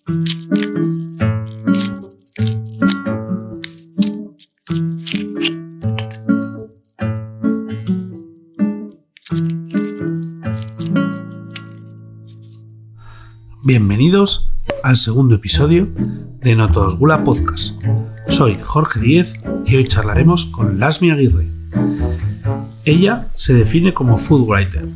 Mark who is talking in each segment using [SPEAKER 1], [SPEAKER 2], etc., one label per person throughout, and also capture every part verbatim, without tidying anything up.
[SPEAKER 1] Bienvenidos al segundo episodio de No Todos Gula Podcast. Soy Jorge Díez y hoy charlaremos con Lasmi Aguirre. Ella se define como food writer.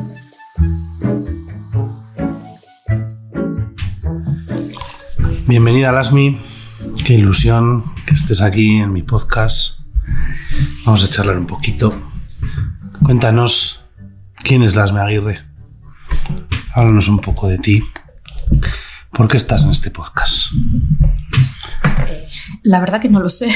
[SPEAKER 1] Bienvenida, Lasmi. Qué ilusión que estés aquí en mi podcast. Vamos a charlar un poquito. Cuéntanos quién es Lasmi Aguirre. Háblanos un poco de ti. ¿Por qué estás en este podcast?
[SPEAKER 2] Eh, la verdad que no lo sé.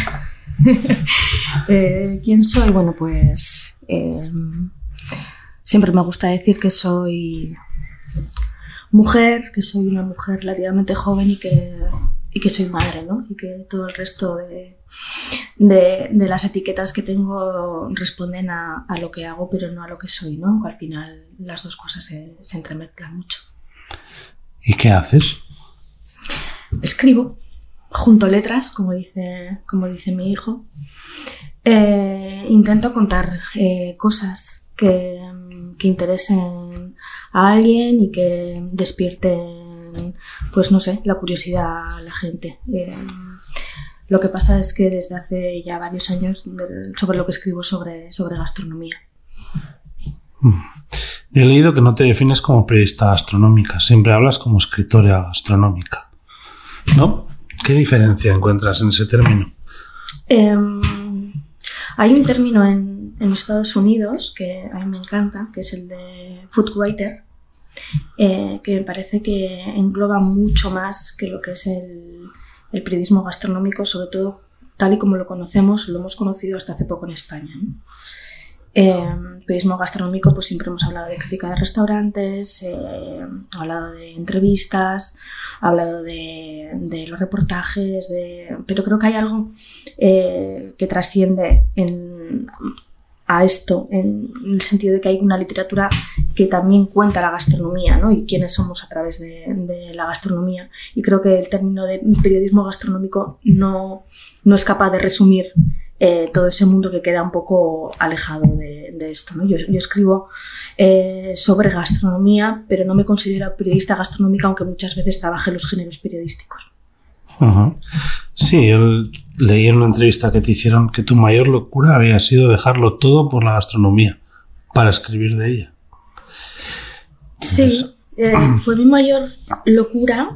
[SPEAKER 2] eh, ¿Quién soy? Bueno, pues eh, siempre me gusta decir que soy mujer, que soy una mujer relativamente joven y que, y que soy madre, ¿no? Y que todo el resto de, de, de las etiquetas que tengo responden a, a lo que hago, pero no a lo que soy, ¿no? Al final las dos cosas se, se entremezclan mucho.
[SPEAKER 1] ¿Y qué haces?
[SPEAKER 2] Escribo, junto letras, como dice, como dice mi hijo. Eh, intento contar eh, cosas que, que interesen a alguien y que despierten, pues no sé, la curiosidad a la gente. Eh, lo que pasa es que desde hace ya varios años sobre lo que escribo sobre, sobre gastronomía.
[SPEAKER 1] He leído que no te defines como periodista gastronómica, siempre hablas como escritora gastronómica, ¿no? ¿Qué diferencia encuentras en ese término?
[SPEAKER 2] Eh, hay un término en, en Estados Unidos que a mí me encanta, que es el de food writer, eh, que me parece que engloba mucho más que lo que es el, el periodismo gastronómico, sobre todo tal y como lo conocemos, lo hemos conocido hasta hace poco en España, ¿no? Eh, periodismo gastronómico, pues siempre hemos hablado de crítica de restaurantes, eh, hablado de entrevistas, hablado de, de los reportajes, de, pero creo que hay algo eh, que trasciende en, a esto, en el sentido de que hay una literatura que también cuenta la gastronomía, ¿no? Y quiénes somos a través de, de la gastronomía. Y creo que el término de periodismo gastronómico no, no es capaz de resumir Eh, todo ese mundo que queda un poco alejado de, de esto, ¿no? Yo, yo escribo eh, sobre gastronomía, pero no me considero periodista gastronómica, aunque muchas veces trabaje en los géneros periodísticos.
[SPEAKER 1] Uh-huh. Sí, yo leí en una entrevista que te hicieron que tu mayor locura había sido dejarlo todo por la gastronomía para escribir de ella. Entonces...
[SPEAKER 2] Sí, eh, fue mi mayor locura,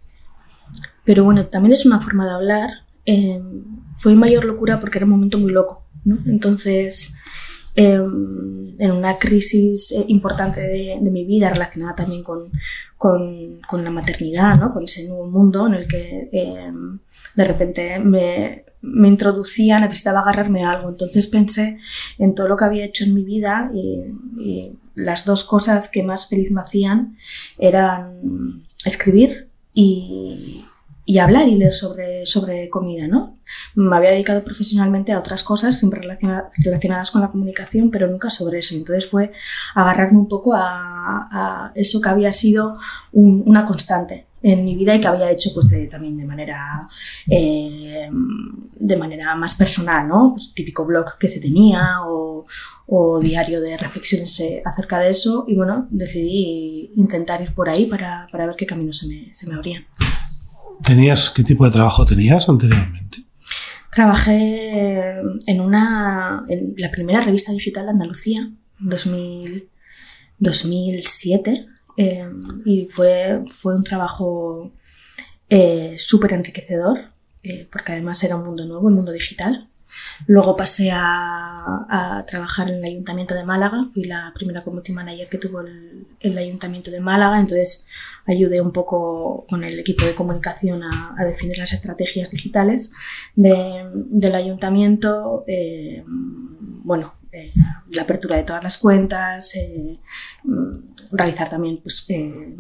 [SPEAKER 2] pero bueno, también es una forma de hablar. Eh, Fue mi mayor locura porque era un momento muy loco, ¿no? Entonces, eh, en una crisis eh, importante de, de mi vida, relacionada también con, con, con la maternidad, ¿no? Con ese nuevo mundo en el que eh, de repente me, me introducía, necesitaba agarrarme a algo. Entonces pensé en todo lo que había hecho en mi vida y, y las dos cosas que más feliz me hacían eran escribir y... y hablar y leer sobre, sobre comida, ¿no? Me había dedicado profesionalmente a otras cosas, siempre relaciona, relacionadas con la comunicación, pero nunca sobre eso. Entonces fue agarrarme un poco a, a eso que había sido un, una constante en mi vida y que había hecho pues de, también de manera eh, de manera más personal, ¿no? Pues típico blog que se tenía o, o diario de reflexiones acerca de eso y bueno, decidí intentar ir por ahí para, para ver qué caminos se me, se me abrían.
[SPEAKER 1] ¿Tenías, qué tipo de trabajo tenías anteriormente?
[SPEAKER 2] Trabajé en una en la primera revista digital de Andalucía, dos mil, dos mil siete, eh, y fue, fue un trabajo eh, súper enriquecedor, eh, porque además era un mundo nuevo, el mundo digital. Luego pasé a, a trabajar en el Ayuntamiento de Málaga, fui la primera community manager que tuvo el, el Ayuntamiento de Málaga, entonces ayudé un poco con el equipo de comunicación a, a definir las estrategias digitales de, del Ayuntamiento, eh, bueno, eh, la apertura de todas las cuentas, eh, realizar también pues, eh,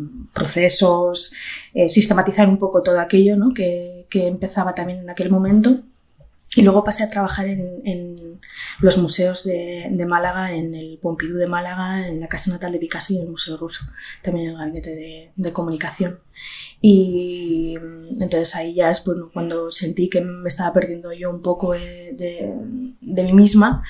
[SPEAKER 2] procesos, eh, sistematizar un poco todo aquello, ¿no? que, que empezaba también en aquel momento. Y luego pasé a trabajar en, en los museos de, de Málaga, en el Pompidou de Málaga, en la Casa Natal de Picasso y en el Museo Ruso, también en el gabinete de, de comunicación. Y entonces ahí ya es bueno, cuando sentí que me estaba perdiendo yo un poco de, de, de mí misma.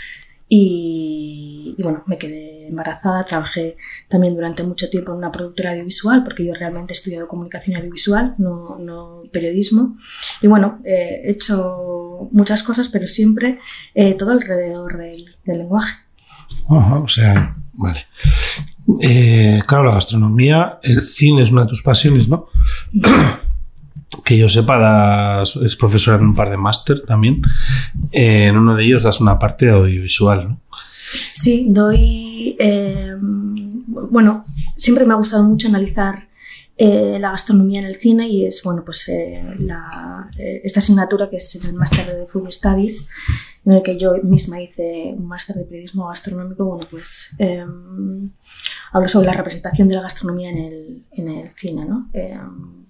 [SPEAKER 2] Y, y bueno, me quedé embarazada, trabajé también durante mucho tiempo en una productora audiovisual, porque yo realmente he estudiado comunicación audiovisual, no, no periodismo. Y bueno, eh, he hecho muchas cosas, pero siempre eh, todo alrededor del, del lenguaje.
[SPEAKER 1] Ajá, o sea, vale. Eh, claro, la gastronomía, el cine es una de tus pasiones, ¿no? Que yo sepa, das, es profesora en un par de máster también. Eh, en uno de ellos das una parte de audiovisual, ¿no?
[SPEAKER 2] Sí, doy... Eh, bueno, siempre me ha gustado mucho analizar eh, la gastronomía en el cine y es, bueno, pues eh, la, eh, esta asignatura que es el máster de Food Studies, en el que yo misma hice un máster de periodismo gastronómico. Bueno, pues eh, hablo sobre la representación de la gastronomía en el, en el cine, ¿no? Eh,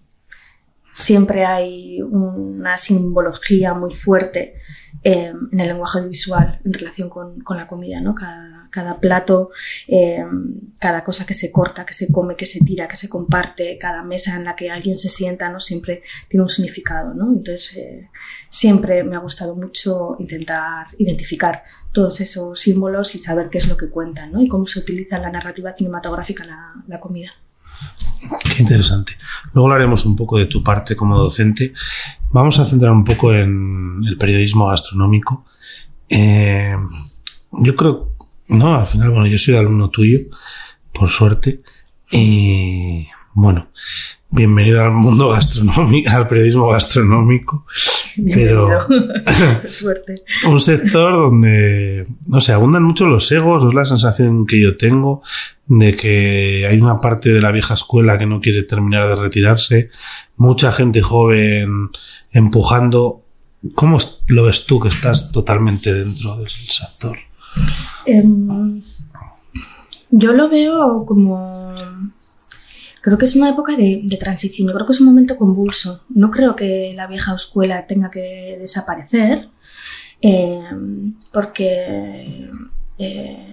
[SPEAKER 2] Siempre hay una simbología muy fuerte eh, en el lenguaje audiovisual en relación con, con la comida, ¿no? Cada, cada plato, eh, cada cosa que se corta, que se come, que se tira, que se comparte, cada mesa en la que alguien se sienta, ¿no? Siempre tiene un significado, ¿no? Entonces, eh, siempre me ha gustado mucho intentar identificar todos esos símbolos y saber qué es lo que cuentan, ¿no? Y cómo se utiliza en la narrativa cinematográfica la, la comida.
[SPEAKER 1] Qué interesante. Luego hablaremos un poco de tu parte como docente. Vamos a centrar un poco en el periodismo gastronómico. Eh, yo creo, no, al final, bueno, yo soy alumno tuyo, por suerte. Y bueno, bienvenido al mundo gastronómico, al periodismo gastronómico. Pero
[SPEAKER 2] suerte.
[SPEAKER 1] Un sector donde, no sé, abundan mucho los egos, es la sensación que yo tengo de que hay una parte de la vieja escuela que no quiere terminar de retirarse, mucha gente joven empujando. ¿Cómo lo ves tú, que estás totalmente dentro del sector?
[SPEAKER 2] Um, yo lo veo como... Creo que es una época de, de transición, yo creo que es un momento convulso. No creo que la vieja escuela tenga que desaparecer, eh, porque eh,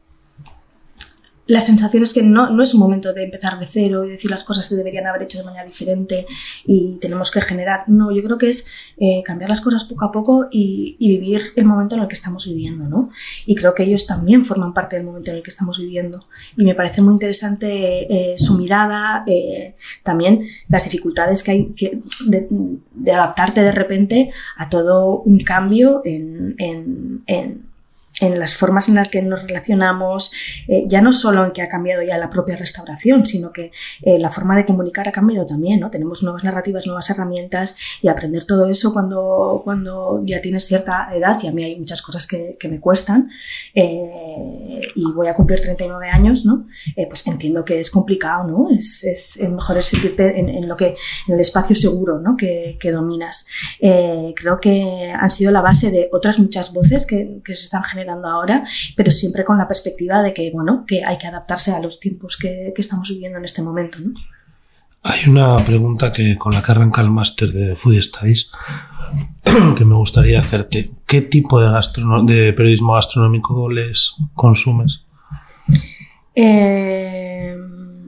[SPEAKER 2] la sensación es que no, no es un momento de empezar de cero y decir las cosas se deberían haber hecho de manera diferente y tenemos que generar. No, yo creo que es eh, cambiar las cosas poco a poco y, y vivir el momento en el que estamos viviendo, ¿no? Y creo que ellos también forman parte del momento en el que estamos viviendo. Y me parece muy interesante eh, su mirada, eh, también las dificultades que hay que, de, de adaptarte de repente a todo un cambio en... en, en en las formas en las que nos relacionamos, eh, ya no solo en que ha cambiado ya la propia restauración, sino que eh, la forma de comunicar ha cambiado también, ¿no? Tenemos nuevas narrativas, nuevas herramientas y aprender todo eso cuando, cuando ya tienes cierta edad, y a mí hay muchas cosas que, que me cuestan, eh, y voy a cumplir treinta y nueve años, ¿no? Eh, pues entiendo que es complicado, ¿no? Es, es, es mejor es sentirte en, en lo que, en el espacio seguro, ¿no? Que, que dominas. Eh, creo que han sido la base de otras muchas voces que, que se están generando ahora, pero siempre con la perspectiva de que, bueno, que hay que adaptarse a los tiempos que, que estamos viviendo en este momento, ¿no?
[SPEAKER 1] Hay una pregunta que con la que arranca el máster de Food Studies que me gustaría hacerte. ¿Qué tipo de, gastrono- de periodismo gastronómico les consumes?
[SPEAKER 2] Eh,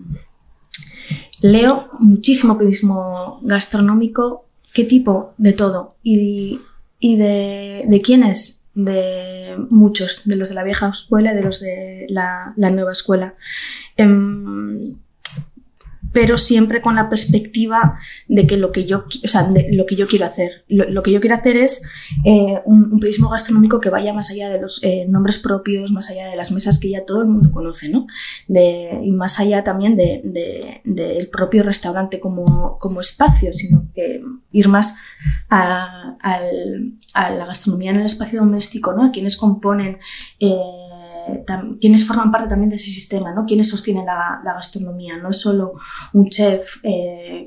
[SPEAKER 2] leo muchísimo periodismo gastronómico. ¿Qué tipo? De todo. Y, y de, de quiénes. De muchos, de los de la vieja escuela y de los de la, la nueva escuela. Um, pero siempre con la perspectiva de que lo que yo, o sea, de lo que yo quiero hacer. Lo, lo que yo quiero hacer es eh, un, un periodismo gastronómico que vaya más allá de los eh, nombres propios, más allá de las mesas que ya todo el mundo conoce, ¿no? De, y más allá también de, de, de el propio restaurante como, como espacio, sino que ir más a, al, a la gastronomía en el espacio doméstico, ¿no? A quienes componen, eh, tam, quienes forman parte también de ese sistema, ¿no? Quienes sostienen la, la gastronomía. No es solo un chef eh,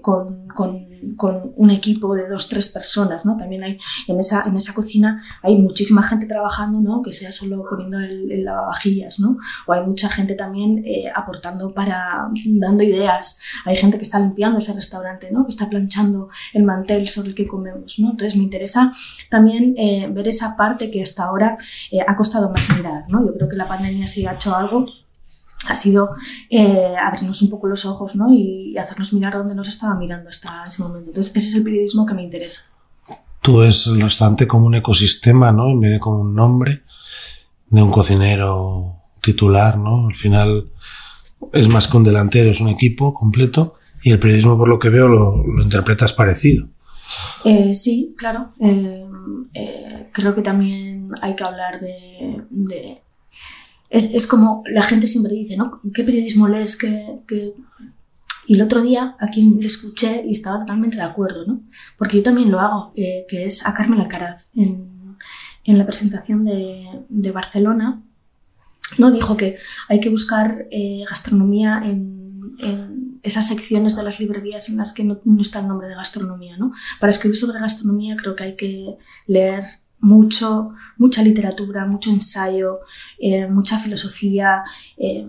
[SPEAKER 2] con, con, con un equipo de dos, tres personas, ¿no? También hay en esa, en esa cocina hay muchísima gente trabajando, ¿no? Que sea solo poniendo el, el lavavajillas, ¿no? O hay mucha gente también eh, aportando para, dando ideas. Hay gente que está limpiando ese restaurante, ¿no? Que está planchando el mantel sobre el que comemos, ¿no? Entonces me interesa también eh, ver esa parte que hasta ahora eh, ha costado más mirar, ¿no? Yo creo que la pandemia sí ha hecho algo, ha sido eh, abrirnos un poco los ojos, ¿no? Y hacernos mirar dónde nos estaba mirando hasta ese momento. Entonces ese es el periodismo que me interesa.
[SPEAKER 1] Tú ves el restaurante como un ecosistema, ¿no? En vez de como un nombre de un cocinero titular, ¿no? Al final es más que un delantero, es un equipo completo y el periodismo, por lo que veo, lo, lo interpretas parecido.
[SPEAKER 2] Eh, sí, claro. Eh, eh, creo que también hay que hablar de... de Es, es como la gente siempre dice, ¿no? ¿Qué periodismo lees? ¿Qué, qué? Y el otro día a quien le escuché y estaba totalmente de acuerdo, ¿no? Porque yo también lo hago, eh, que es a Carmen Alcaraz. En, en la presentación de, de Barcelona, ¿no? Dijo que hay que buscar eh, gastronomía en, en esas secciones de las librerías en las que no, no está el nombre de gastronomía, ¿no? Para escribir sobre gastronomía creo que hay que leer mucho, mucha literatura, mucho ensayo, eh, mucha filosofía, eh,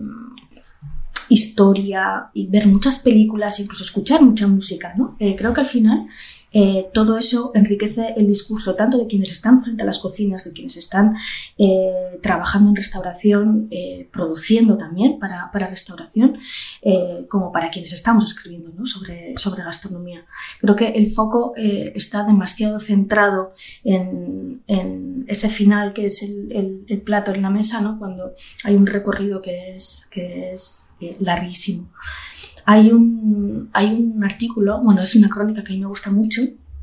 [SPEAKER 2] historia y ver muchas películas, incluso escuchar mucha música, ¿no? Eh, creo que al final eh, todo eso enriquece el discurso tanto de quienes están frente a las cocinas, de quienes están eh, trabajando en restauración, eh, produciendo también para, para restauración, eh, como para quienes estamos escribiendo, ¿no? sobre, sobre gastronomía. Creo que el foco eh, está demasiado centrado en, en ese final que es el, el, el plato en la mesa, ¿no? Cuando hay un recorrido que es, que es eh, larguísimo. Hay un, hay un artículo, bueno, es una crónica que a mí me gusta mucho,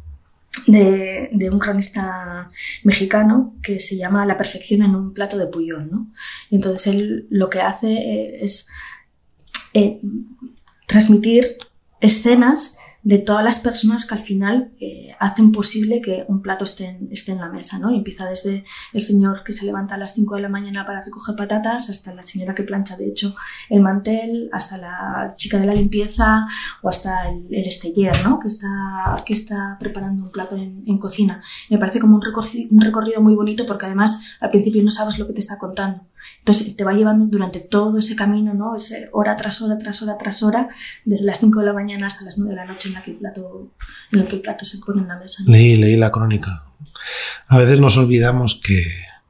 [SPEAKER 2] de, de un cronista mexicano que se llama La perfección en un plato de Pujol, ¿no? Y entonces él lo que hace eh, es eh, transmitir escenas de todas las personas que al final eh, hacen posible que un plato esté en, esté en la mesa, ¿no? Y empieza desde el señor que se levanta a las cinco de la mañana para recoger patatas, hasta la señora que plancha de hecho el mantel, hasta la chica de la limpieza o hasta el, el esteller, ¿no? Que está, que está preparando un plato en, en cocina. Me parece como un recorrido, un recorrido muy bonito porque además al principio no sabes lo que te está contando. Entonces te va llevando durante todo ese camino, ¿no? Ese hora tras hora, tras hora, tras hora, desde las cinco de la mañana hasta las nueve de la noche en la que el plato, en el que el plato se pone en la mesa, ¿no?
[SPEAKER 1] Leí, leí la crónica. A veces nos olvidamos que,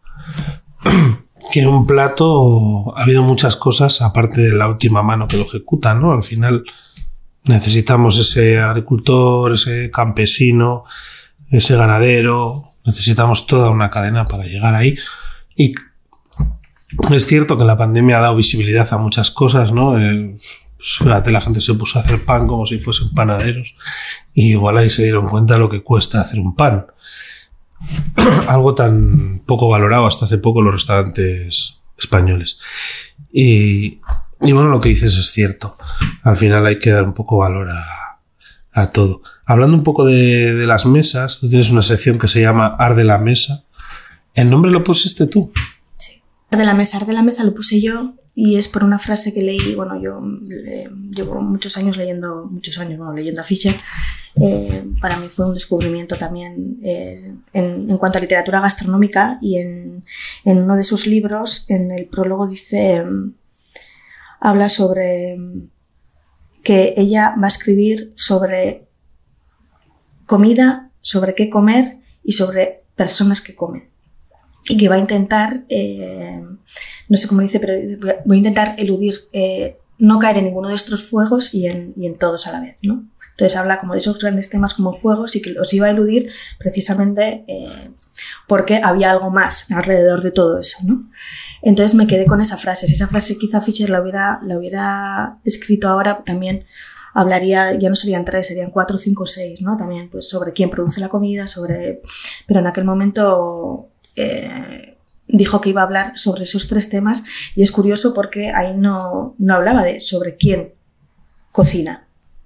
[SPEAKER 1] que un plato ha habido muchas cosas aparte de la última mano que lo ejecuta, ¿no? Al final necesitamos ese agricultor, ese campesino, ese ganadero, necesitamos toda una cadena para llegar ahí. Y es cierto que la pandemia ha dado visibilidad a muchas cosas, ¿no? Eh, pues fíjate, la gente se puso a hacer pan como si fuesen panaderos y igual ahí se dieron cuenta de lo que cuesta hacer un pan. Algo tan poco valorado hasta hace poco en los restaurantes españoles. Y, y bueno, lo que dices es cierto. Al final hay que dar un poco valor a, a todo. Hablando un poco de, de las mesas, tú tienes una sección que se llama Arde la Mesa. ¿El nombre lo pusiste tú?
[SPEAKER 2] Sí. Arde la Mesa, Arde la Mesa lo puse yo. Y es por una frase que leí, bueno, yo eh, llevo muchos años leyendo, muchos años, bueno, leyendo a Fischer. Eh, para mí fue un descubrimiento también eh, en, en cuanto a literatura gastronómica y en, en uno de sus libros, en el prólogo dice, eh, habla sobre que ella va a escribir sobre comida, sobre qué comer y sobre personas que comen. Y que va a intentar, eh, no sé cómo dice, pero voy a intentar eludir, eh, no caer en ninguno de estos fuegos y en, y en todos a la vez, ¿no? Entonces habla como de esos grandes temas como fuegos y que los iba a eludir precisamente eh, porque había algo más alrededor de todo eso, ¿no? Entonces me quedé con esa frase. Si esa frase quizá Fischer la hubiera, la hubiera escrito ahora, también hablaría, ya no serían tres, serían cuatro, cinco, seis, ¿no? También pues sobre quién produce la comida, sobre... Pero en aquel momento... Eh, dijo que iba a hablar sobre esos tres temas y es curioso porque ahí no, no hablaba de sobre quién cocina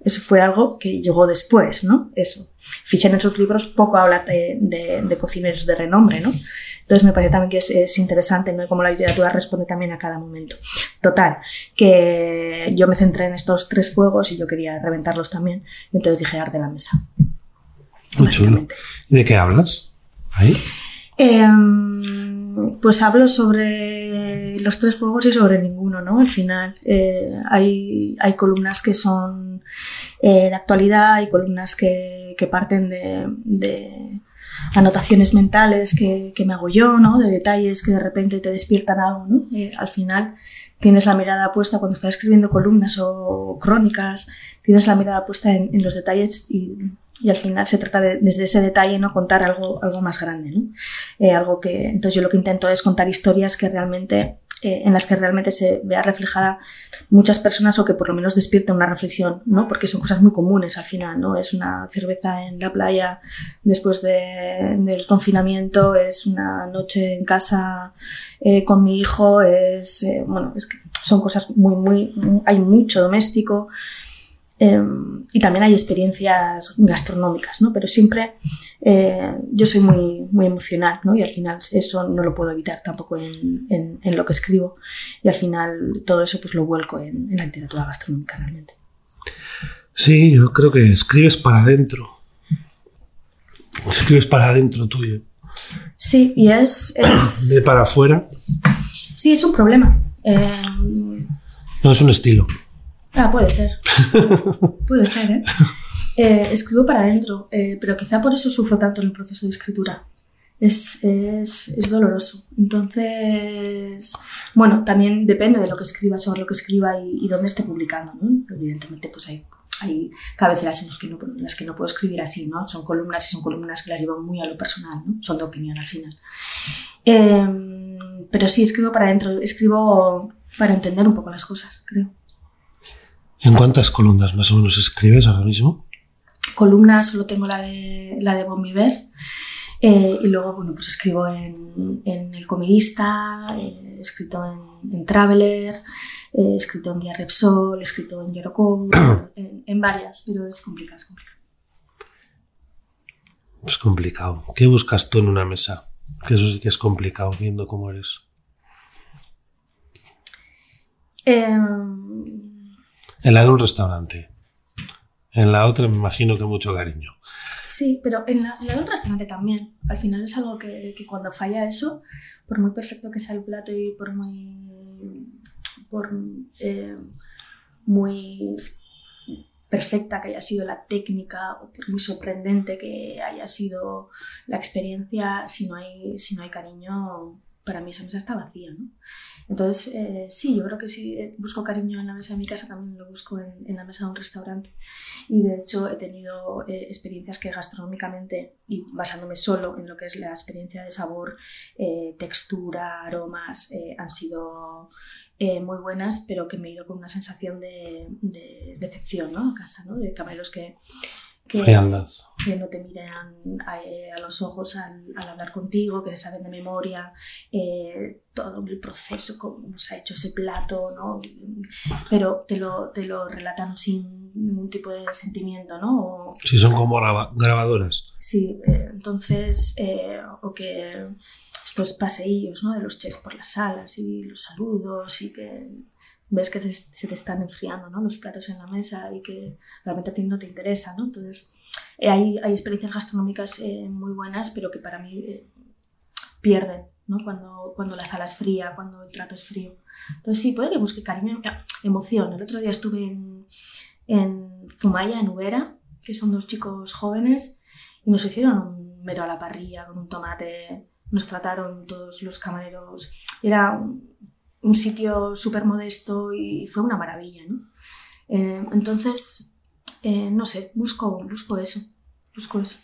[SPEAKER 2] eso fue algo que llegó después, ¿no? Eso. Fischer en sus libros poco habla de, de, de cocineros de renombre, ¿no? Entonces me parece también que es, es interesante, ¿no? Cómo la literatura responde también a cada momento. Total, que yo me centré en estos tres fuegos y yo quería reventarlos también. Entonces dije Arde la mesa.
[SPEAKER 1] Muy chulo. ¿Y de qué hablas ahí?
[SPEAKER 2] Eh, pues hablo sobre los tres fuegos y sobre ninguno, ¿no? Al final eh, hay, hay columnas que son eh, de actualidad, hay columnas que, que parten de, de anotaciones mentales que, que me hago yo, ¿no? De detalles que de repente te despiertan algo, ¿no? Eh, al final tienes la mirada puesta cuando estás escribiendo columnas o crónicas, tienes la mirada puesta en, en los detalles y Y al final se trata de, desde ese detalle, ¿no? Contar algo, algo más grande, ¿no? Eh, algo que, entonces yo lo que intento es contar historias que realmente, eh, en las que realmente se vea reflejada muchas personas o que por lo menos despierten una reflexión, ¿no? Porque son cosas muy comunes al final, ¿no? Es una cerveza en la playa después de, del confinamiento, es una noche en casa eh, con mi hijo, es, eh, bueno, es que son cosas muy, muy, hay mucho doméstico. Eh, y también hay experiencias gastronómicas, ¿no? Pero siempre eh, yo soy muy, muy emocional, ¿no? Y al final eso no lo puedo evitar tampoco en, en, en lo que escribo y al final todo eso pues lo vuelco en, en la literatura gastronómica realmente.
[SPEAKER 1] Sí, yo creo que escribes para adentro. Escribes para adentro tuyo.
[SPEAKER 2] Sí, y es... es...
[SPEAKER 1] De para afuera.
[SPEAKER 2] Sí, es un problema. Eh...
[SPEAKER 1] No, es un estilo.
[SPEAKER 2] Ah, puede ser. Puede ser, ¿eh? eh escribo para adentro, eh, pero quizá por eso sufro tanto en el proceso de escritura. Es, es, es doloroso. Entonces, bueno, también depende de lo que escriba, sobre lo que escriba y, y dónde esté publicando, ¿no? Evidentemente, pues hay, hay cabeceras en las que, no, en las que no puedo escribir así, ¿no? Son columnas y son columnas que las llevo muy a lo personal, ¿no? Son de opinión al final. Eh, pero sí, escribo para adentro. Escribo para entender un poco las cosas, creo.
[SPEAKER 1] ¿En cuántas columnas más o menos escribes ahora mismo?
[SPEAKER 2] Columnas solo tengo la de, la de Bon Viver eh, y luego bueno, pues escribo en, en El Comedista, he escrito en, en Traveler, he escrito en Via Repsol, he escrito en Yorocode, en, en varias, pero es complicado, es complicado.
[SPEAKER 1] Es complicado. ¿Qué buscas tú en una mesa? Que eso sí que es complicado, viendo cómo eres.
[SPEAKER 2] Eh...
[SPEAKER 1] En la de un restaurante. En la otra me imagino que mucho cariño.
[SPEAKER 2] Sí, pero en la, en la de un restaurante también. Al final es algo que, que cuando falla eso, por muy perfecto que sea el plato y por muy, por, eh, muy perfecta que haya sido la técnica o por muy sorprendente que haya sido la experiencia, si no hay, si no hay cariño, para mí esa mesa está vacía, ¿no? Entonces, eh, sí, yo creo que si busco cariño en la mesa de mi casa, también lo busco en, en la mesa de un restaurante. Y de hecho he tenido eh, experiencias que gastronómicamente, y basándome solo en lo que es la experiencia de sabor, eh, textura, aromas, eh, han sido eh, muy buenas, pero que me he ido con una sensación de, de decepción, ¿no? A casa, ¿no? De camareros que... Que, que no te miran a, a los ojos al, al hablar contigo, que se saben de memoria eh, todo el proceso, cómo se ha hecho ese plato, ¿no? Pero te lo, te lo relatan sin ningún tipo de sentimiento, ¿no? O,
[SPEAKER 1] sí, son como graba, grabadoras.
[SPEAKER 2] Sí, eh, entonces, eh, o que estos paseillos, ¿no? De los chefs por las salas y los saludos y que... ves que se, se te están enfriando, ¿no? Los platos en la mesa y que realmente a ti no te interesa, ¿no? Entonces, eh, hay, hay experiencias gastronómicas eh, muy buenas, pero que para mí eh, pierden, ¿no? Cuando, cuando la sala es fría, cuando el trato es frío. Entonces, sí, puede que busque cariño, eh, emoción. El otro día estuve en, en Zumaya, en Ubera, que son dos chicos jóvenes, y nos hicieron un mero a la parrilla con un tomate. Nos trataron todos los camareros. Era... un, un sitio súper modesto y fue una maravilla, ¿no? Eh, entonces, eh, no sé, busco, busco eso, busco eso.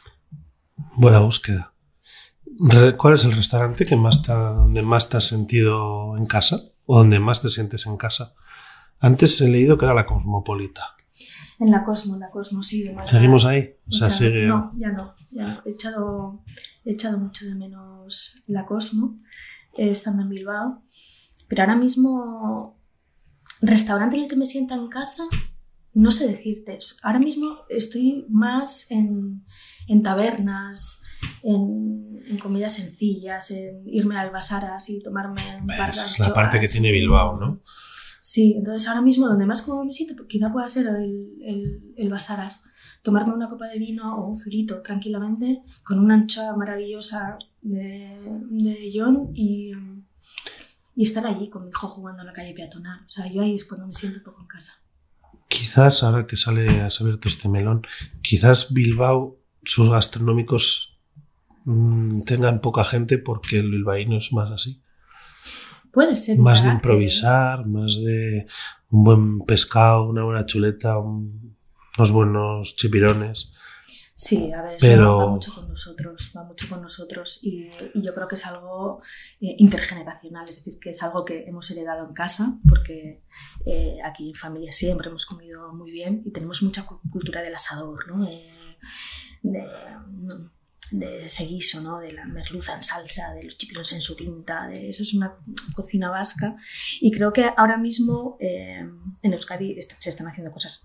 [SPEAKER 1] Buena búsqueda. ¿Cuál es el restaurante que más te, donde más te has sentido en casa? ¿O donde más te sientes en casa? Antes he leído que era la Cosmopolita.
[SPEAKER 2] En la Cosmo, en la Cosmo, sí. De
[SPEAKER 1] ¿Seguimos ahí? O sea,
[SPEAKER 2] echado,
[SPEAKER 1] sigue...
[SPEAKER 2] No, ya no. Ya no. He, echado, he echado mucho de menos la Cosmo, eh, estando en Bilbao. Pero ahora mismo, restaurante en el que me sienta en casa, no sé decirte. Ahora mismo estoy más en, en tabernas, en, en comidas sencillas, en irme al Basaras y tomarme un par de
[SPEAKER 1] Esa es la parte que
[SPEAKER 2] anchoas.
[SPEAKER 1] tiene Bilbao, ¿no?
[SPEAKER 2] Sí, entonces ahora mismo donde más cómodo me siento, quizá pueda ser el, el, el Basaras. Tomarme una copa de vino o un zurito tranquilamente con una anchoa maravillosa de, de John y, y estar allí con mi hijo jugando en la calle peatonal. O sea, yo ahí es cuando me siento un poco en casa.
[SPEAKER 1] Quizás, ahora que sale, has abierto este melón, quizás Bilbao, sus gastronómicos mmm, tengan poca gente porque el bilbaíno es más así.
[SPEAKER 2] Puede ser.
[SPEAKER 1] Más
[SPEAKER 2] ¿verdad?
[SPEAKER 1] de improvisar, más de un buen pescado, una buena chuleta, un, unos buenos chipirones.
[SPEAKER 2] Sí, a ver, eso
[SPEAKER 1] Pero...
[SPEAKER 2] va mucho con nosotros, va mucho con nosotros y, y yo creo que es algo eh, intergeneracional, es decir, que es algo que hemos heredado en casa, porque eh, aquí en familia siempre hemos comido muy bien y tenemos mucha cultura del asador, ¿no? De, de, de ese guiso, ¿no? De la merluza en salsa, de los chipirones en su tinta, de, eso es una cocina vasca y creo que ahora mismo eh, en Euskadi se están haciendo cosas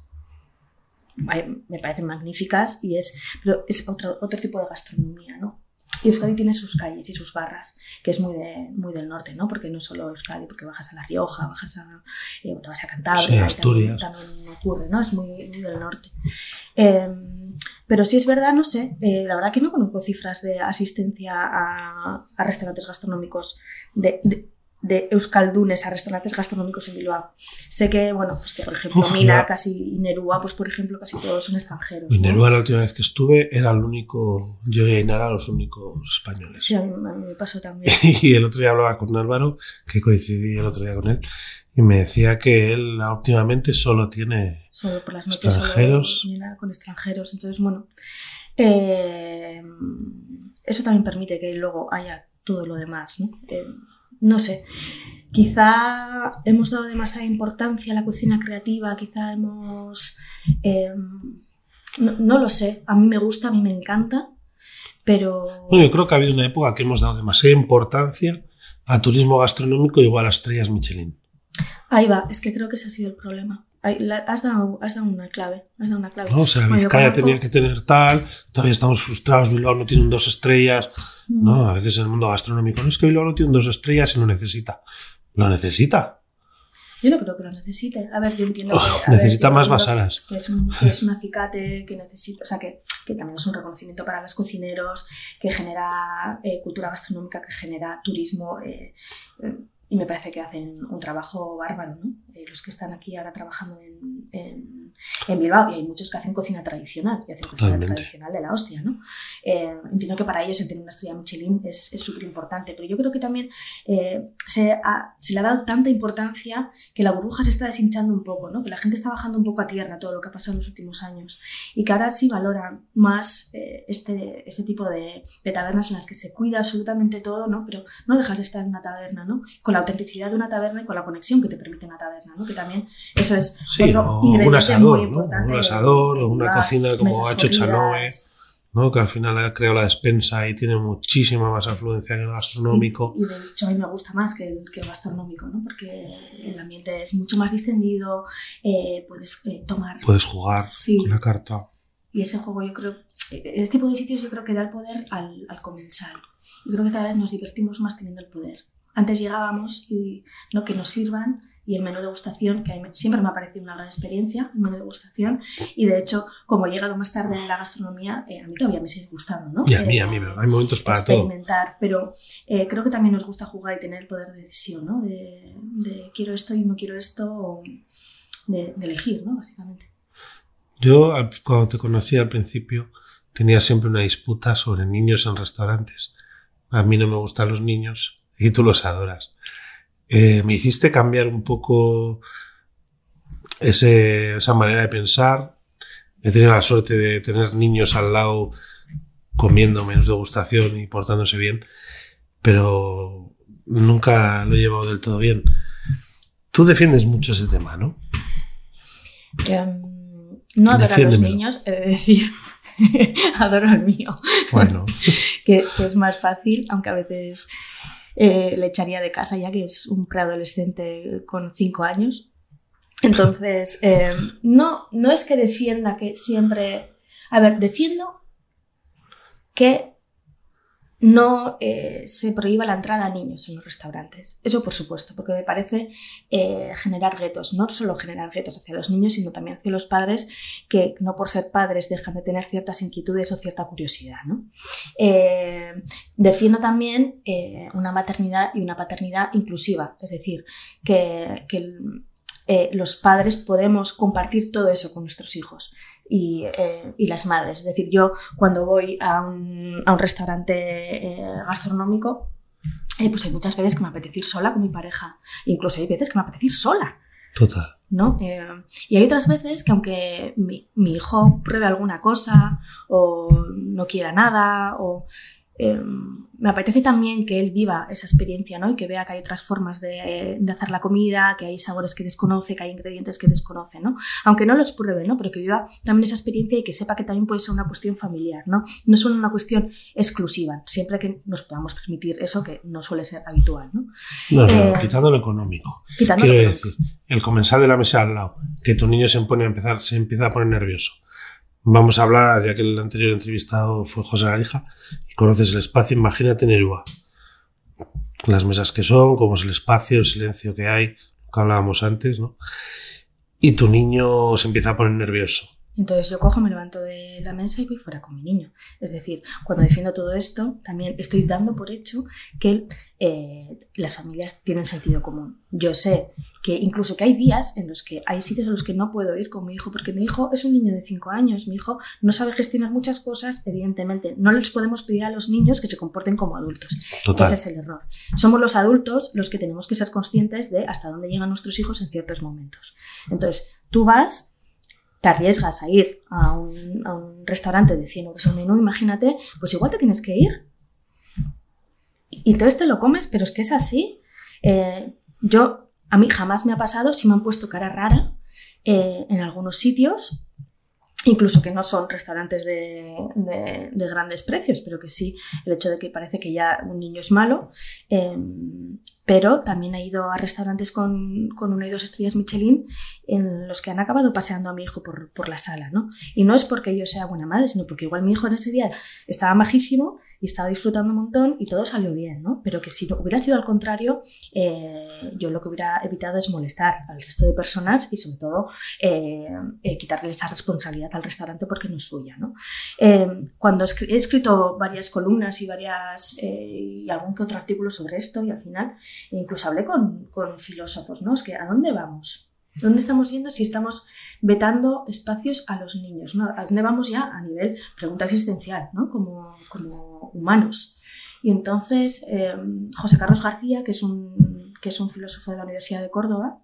[SPEAKER 2] me parecen magníficas y es, pero es otro, otro tipo de gastronomía, ¿no? Y Euskadi tiene sus calles y sus barras, que es muy, de, muy del norte, ¿no? Porque no solo Euskadi, porque bajas a La Rioja, bajas a, eh, te vas a Cantabria,
[SPEAKER 1] sí, Asturias.
[SPEAKER 2] También, también ocurre, ¿no? Es muy, muy del norte. Eh, pero sí es verdad, no sé, eh, la verdad que no conozco cifras de asistencia a, a restaurantes gastronómicos de, de de euskaldunes a restaurantes gastronómicos en Bilbao. Sé que, bueno, pues que por ejemplo Uf, Mina, ya. casi y Nerúa, pues por ejemplo, casi todos son extranjeros.
[SPEAKER 1] Y
[SPEAKER 2] ¿no?
[SPEAKER 1] Nerúa la última vez que estuve era el único, yo y Ainara los únicos españoles.
[SPEAKER 2] Sí, a mí, a mí me pasó también.
[SPEAKER 1] Y el otro día hablaba con Álvaro, que coincidí el otro día con él, y me decía que él últimamente solo tiene
[SPEAKER 2] solo por las noches
[SPEAKER 1] extranjeros.
[SPEAKER 2] Solo viene con extranjeros. Entonces, bueno, eh, eso también permite que luego haya todo lo demás, ¿no? Eh, No sé, quizá hemos dado demasiada importancia a la cocina creativa, quizá hemos... Eh, no, no lo sé, a mí me gusta, a mí me encanta, pero...
[SPEAKER 1] Bueno, yo creo que ha habido una época que hemos dado demasiada importancia a turismo gastronómico igual a estrellas Michelin.
[SPEAKER 2] Ahí va, es que creo que ese ha sido el problema. Has dado, has dado una clave, has dado una clave.
[SPEAKER 1] No, o sea, bueno, Vizcaya conozco... tenía que tener tal, todavía estamos frustrados, Bilbao no tiene un dos estrellas. Mm. No, a veces en el mundo gastronómico no es que Bilbao no tiene un dos estrellas y lo necesita. ¿Lo necesita?
[SPEAKER 2] Yo no creo que lo necesite. A ver, yo entiendo
[SPEAKER 1] oh,
[SPEAKER 2] que...
[SPEAKER 1] necesita
[SPEAKER 2] ver,
[SPEAKER 1] más Basaras.
[SPEAKER 2] Que es, un, que es un acicate que necesita... O sea, que, que también es un reconocimiento para los cocineros, que genera eh, cultura gastronómica, que genera turismo... Eh, eh, y me parece que hacen un trabajo bárbaro, ¿no? Eh, los que están aquí ahora trabajando en, en, en Bilbao, y hay muchos que hacen cocina tradicional, y hacen cocina Totalmente. tradicional de la hostia, ¿no? Eh, entiendo que para ellos el tener una estrella Michelin es súper importante, pero yo creo que también eh, se, ha, se le ha dado tanta importancia que la burbuja se está deshinchando un poco, ¿no? Que la gente está bajando un poco a tierra todo lo que ha pasado en los últimos años, y que ahora sí valora más eh, este, este tipo de, de tabernas en las que se cuida absolutamente todo, ¿no? Pero no dejas de estar en una taberna, ¿no? Con la autenticidad de una taberna y con la conexión que te permite una taberna, ¿no? Que también eso es
[SPEAKER 1] sí,
[SPEAKER 2] otro
[SPEAKER 1] un asador,
[SPEAKER 2] muy importante.
[SPEAKER 1] ¿no? Un asador o una cocina como ha hecho Chanoe, ¿no? Que al final ha creado la despensa y tiene muchísima más afluencia que el gastronómico.
[SPEAKER 2] Y, y de hecho a mí me gusta más que el, que el gastronómico, ¿no? Porque el ambiente es mucho más distendido, eh, puedes eh, tomar...
[SPEAKER 1] Puedes jugar sí. con la carta.
[SPEAKER 2] Y ese juego yo creo... Este tipo de sitios yo creo que da el poder al, al comensal. Yo creo que cada vez nos divertimos más teniendo el poder. Antes llegábamos y no que nos sirvan y el menú de degustación, que siempre me ha parecido una gran experiencia, el menú de degustación, y de hecho, como he llegado más tarde en la gastronomía, eh, a mí todavía me sigue gustando, ¿no?
[SPEAKER 1] Y a mí, eh, a mí, hay momentos para
[SPEAKER 2] experimentar, todo. Pero eh, creo que también nos gusta jugar y tener el poder de decisión, ¿no? De, de quiero esto y no quiero esto, o de, de elegir, ¿no? Básicamente.
[SPEAKER 1] Yo, cuando te conocí al principio, tenía siempre una disputa sobre niños en restaurantes. A mí no me gustan los niños. Y tú los adoras. Eh, me hiciste cambiar un poco ese, esa manera de pensar. He tenido la suerte de tener niños al lado comiendo menos degustación y portándose bien, pero nunca lo he llevado del todo bien. Tú defiendes mucho ese tema, ¿no?
[SPEAKER 2] Um, no adoro a los niños, he de decir. Adoro al mío.
[SPEAKER 1] Bueno.
[SPEAKER 2] que, que es más fácil, aunque a veces... Eh, le echaría de casa ya que es un preadolescente con cinco años Entonces, eh, no, no es que defienda que siempre... A ver, defiendo que no eh, se prohíba la entrada a niños en los restaurantes. Eso por supuesto, porque me parece eh, generar retos, no solo generar retos hacia los niños, sino también hacia los padres que no por ser padres dejan de tener ciertas inquietudes o cierta curiosidad, ¿no? Eh, defiendo también eh, una maternidad y una paternidad inclusiva, es decir, que, que eh, los padres podemos compartir todo eso con nuestros hijos. Y, eh, y las madres. Es decir, yo cuando voy a un, a un restaurante eh, gastronómico, eh, pues hay muchas veces que me apetece ir sola con mi pareja. Incluso hay veces que me apetece ir sola.
[SPEAKER 1] Total.
[SPEAKER 2] ¿No? Eh, y hay otras veces que aunque mi, mi hijo pruebe alguna cosa o no quiera nada o... Eh, me apetece también que él viva esa experiencia, ¿no? Y que vea que hay otras formas de, de hacer la comida, que hay sabores que desconoce, que hay ingredientes que desconoce, ¿no? Aunque no los pruebe, ¿no? Pero que viva también esa experiencia y que sepa que también puede ser una cuestión familiar, ¿no? No es solo una cuestión exclusiva, siempre que nos podamos permitir eso, que no suele ser habitual, ¿no?
[SPEAKER 1] No, no,
[SPEAKER 2] eh,
[SPEAKER 1] quitando lo económico.
[SPEAKER 2] Quitando
[SPEAKER 1] Quiero
[SPEAKER 2] lo
[SPEAKER 1] decir, el comensal de la mesa al lado, que tu niño se pone a empezar, se empieza a poner nervioso. Vamos a hablar, ya que el anterior entrevistado fue José Garija, y conoces el espacio, imagínate en Erua. Las mesas que son, cómo es el espacio, el silencio que hay, lo que hablábamos antes, ¿no? Y tu niño se empieza a poner nervioso.
[SPEAKER 2] Entonces yo cojo, me levanto de la mesa y voy fuera con mi niño. Es decir, cuando defiendo todo esto, también estoy dando por hecho que eh, las familias tienen sentido común. Yo sé que incluso que hay días en los que hay sitios a los que no puedo ir con mi hijo, porque mi hijo es un niño de cinco años, mi hijo no sabe gestionar muchas cosas, evidentemente. No les podemos pedir a los niños que se comporten como adultos.
[SPEAKER 1] Total.
[SPEAKER 2] Ese es el error. Somos los adultos los que tenemos que ser conscientes de hasta dónde llegan nuestros hijos en ciertos momentos. Entonces, tú vas... te arriesgas a ir a un, a un restaurante de cien euros al menú, imagínate, pues igual te tienes que ir. Y entonces te lo comes, pero es que es así. Eh, yo, a mí jamás me ha pasado, si me han puesto cara rara eh, en algunos sitios, incluso que no son restaurantes de, de, de grandes precios, pero que sí, el hecho de que parece que ya un niño es malo, eh, pero también he ido a restaurantes con, con una y dos estrellas Michelin en los que han acabado paseando a mi hijo por, por la sala, ¿no? Y no es porque yo sea buena madre, sino porque igual mi hijo en ese día estaba majísimo y estaba disfrutando un montón y todo salió bien, ¿no? Pero que si hubiera sido al contrario, eh, yo lo que hubiera evitado es molestar al resto de personas y sobre todo eh, eh, quitarle esa responsabilidad al restaurante porque no es suya, ¿no? Eh, cuando he escrito varias columnas y varias eh, y algún que otro artículo sobre esto y al final incluso hablé con, con filósofos, ¿no? Es que ¿a dónde vamos? ¿Dónde estamos yendo si estamos vetando espacios a los niños, ¿no? ¿A dónde vamos ya a nivel pregunta existencial, ¿no? Como, como humanos. Y entonces eh, José Carlos García, que es, un, que es un filósofo de la Universidad de Córdoba,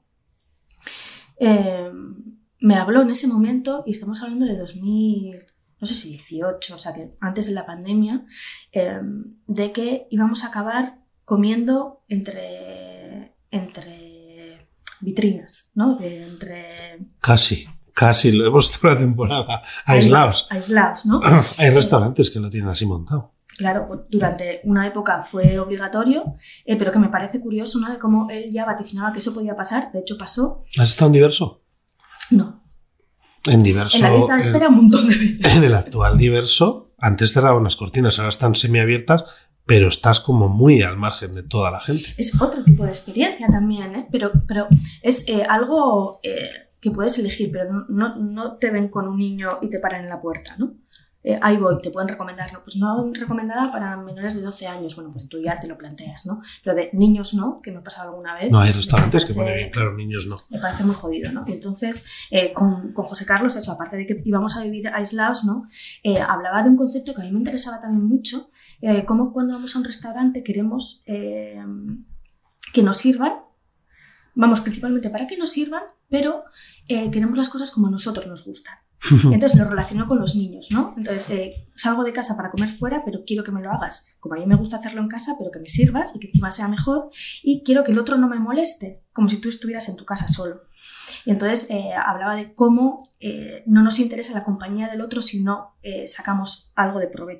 [SPEAKER 2] eh, me habló en ese momento, y estamos hablando de dos mil, no sé si dieciocho, o sea que antes de la pandemia, eh, de que íbamos a acabar comiendo entre, entre vitrinas, ¿no? De, entre...
[SPEAKER 1] Casi, casi, lo hemos visto la temporada. Aislados.
[SPEAKER 2] Aislados, ¿no?
[SPEAKER 1] Hay restaurantes que lo tienen así montado.
[SPEAKER 2] Claro, durante una época fue obligatorio, eh, pero que me parece curioso, ¿no? De cómo él ya vaticinaba que eso podía pasar. De hecho, pasó.
[SPEAKER 1] ¿Has estado en Diverso?
[SPEAKER 2] No.
[SPEAKER 1] En Diverso.
[SPEAKER 2] En la lista de espera un montón de veces.
[SPEAKER 1] En el actual Diverso, antes cerraban las cortinas, ahora están semiabiertas, pero estás como muy al margen de toda la gente.
[SPEAKER 2] Es otro tipo de experiencia también, ¿eh? Pero, pero es eh, algo eh, que puedes elegir, pero no, no te ven con un niño y te paran en la puerta, ¿no? Eh, ahí voy, te pueden recomendar, ¿no? Pues no recomendada para menores de doce años. Bueno, pues tú ya te lo planteas, ¿no? Pero de niños no, que me ha pasado alguna vez.
[SPEAKER 1] No, hay restaurantes
[SPEAKER 2] parece,
[SPEAKER 1] que ponen bien claro, niños no.
[SPEAKER 2] Me parece muy jodido, ¿no? Y entonces, eh, con, con José Carlos, eso, aparte de que íbamos a vivir aislados, ¿no? Eh, hablaba de un concepto que a mí me interesaba también mucho, eh, como cuando vamos a un restaurante queremos eh, que nos sirvan, vamos principalmente para que nos sirvan, pero eh, queremos las cosas como a nosotros nos gustan. Entonces lo relaciono con los niños, ¿no? Entonces eh, salgo de casa para comer fuera, pero quiero que me lo hagas como a mí me gusta hacerlo en casa, pero que me sirvas y que encima sea mejor, y quiero que el otro no me moleste, como si tú estuvieras en tu casa solo. Y entonces eh, hablaba de cómo eh, no nos interesa la compañía del otro si no eh, sacamos algo de provecho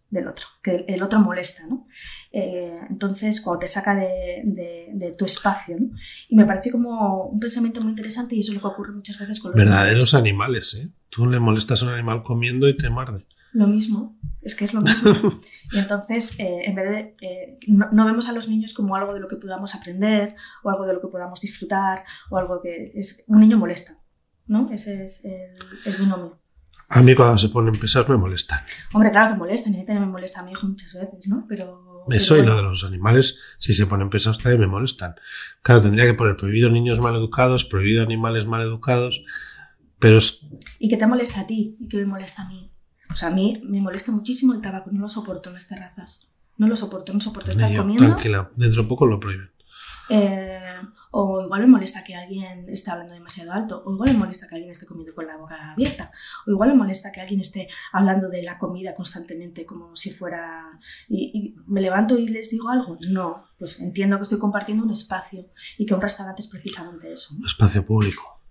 [SPEAKER 2] del otro, que el otro molesta, ¿no? Eh, entonces, cuando te saca de, de, de tu espacio, ¿no? Y me parece como un pensamiento muy interesante y eso es lo que ocurre muchas veces con los
[SPEAKER 1] verdaderos animales, ¿eh? Tú le molestas a un animal comiendo y te muerde.
[SPEAKER 2] Lo mismo, es que es lo mismo. Y entonces, eh, en vez de... Eh, no, no vemos a los niños como algo de lo que podamos aprender o algo de lo que podamos disfrutar o algo que... es un niño molesta, ¿no? Ese es el, el binomio.
[SPEAKER 1] A mí cuando se ponen pesados me molestan.
[SPEAKER 2] Hombre, claro que molestan, y a mí también me molesta a mi hijo muchas veces, ¿no? Pero...
[SPEAKER 1] Eso
[SPEAKER 2] pero
[SPEAKER 1] y
[SPEAKER 2] bueno.
[SPEAKER 1] lo de los animales, si se ponen pesados también me molestan. Claro, tendría que poner prohibido niños maleducados, prohibido animales maleducados, pero es...
[SPEAKER 2] ¿Y qué te molesta a ti? ¿Y qué me molesta a mí? Pues a mí me molesta muchísimo el tabaco, no lo soporto en las terrazas. No lo soporto, no soporto estar
[SPEAKER 1] yo,
[SPEAKER 2] comiendo.
[SPEAKER 1] Tranquila, dentro de poco lo prohíben.
[SPEAKER 2] Eh, o igual me molesta que alguien esté hablando demasiado alto, o igual me molesta que alguien esté comiendo con la boca abierta, o igual me molesta que alguien esté hablando de la comida constantemente como si fuera... Y, y me levanto y les digo algo. No, pues entiendo que estoy compartiendo un espacio y que un restaurante es precisamente eso, ¿no?
[SPEAKER 1] Espacio público.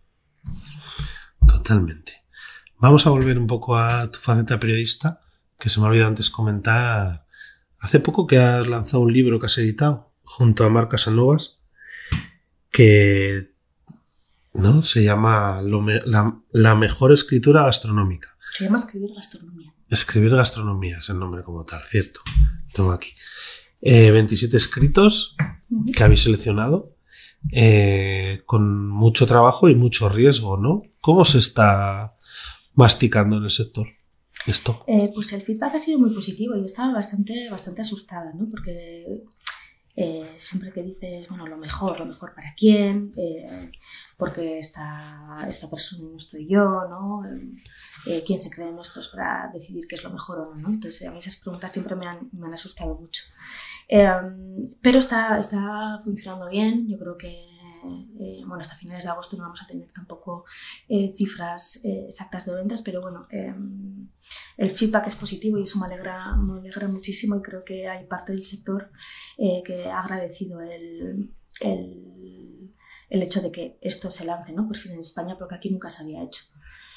[SPEAKER 1] Totalmente. Vamos a volver un poco a tu faceta periodista, que se me ha olvidado antes comentar. Hace poco que has lanzado un libro que has editado junto a Marc Casanovas, que ¿no? se llama lo me, la, la mejor escritura gastronómica.
[SPEAKER 2] Se llama Escribir Gastronomía.
[SPEAKER 1] Escribir gastronomía es el nombre como tal, cierto. Tengo aquí. Eh, veintisiete escritos uh-huh. que habéis seleccionado, eh, con mucho trabajo y mucho riesgo, ¿no? ¿Cómo se está masticando en el sector esto?
[SPEAKER 2] Eh, pues el feedback ha sido muy positivo. Yo estaba bastante, bastante asustada, ¿no? Porque eh, siempre que dices, bueno, lo mejor, lo mejor para quién, eh, porque esta, esta persona no estoy yo, ¿no? Eh, ¿Quién se creen estos para decidir qué es lo mejor o no, ¿no? Entonces a mí esas preguntas siempre me han, me han asustado mucho. Eh, pero está, está funcionando bien. Yo creo que Eh, bueno, hasta finales de agosto no vamos a tener tampoco eh, cifras eh, exactas de ventas, pero bueno, eh, el feedback es positivo y eso me alegra, me alegra muchísimo y creo que hay parte del sector eh, que ha agradecido el, el, el hecho de que esto se lance, ¿no? Por fin en España, porque aquí nunca se había hecho.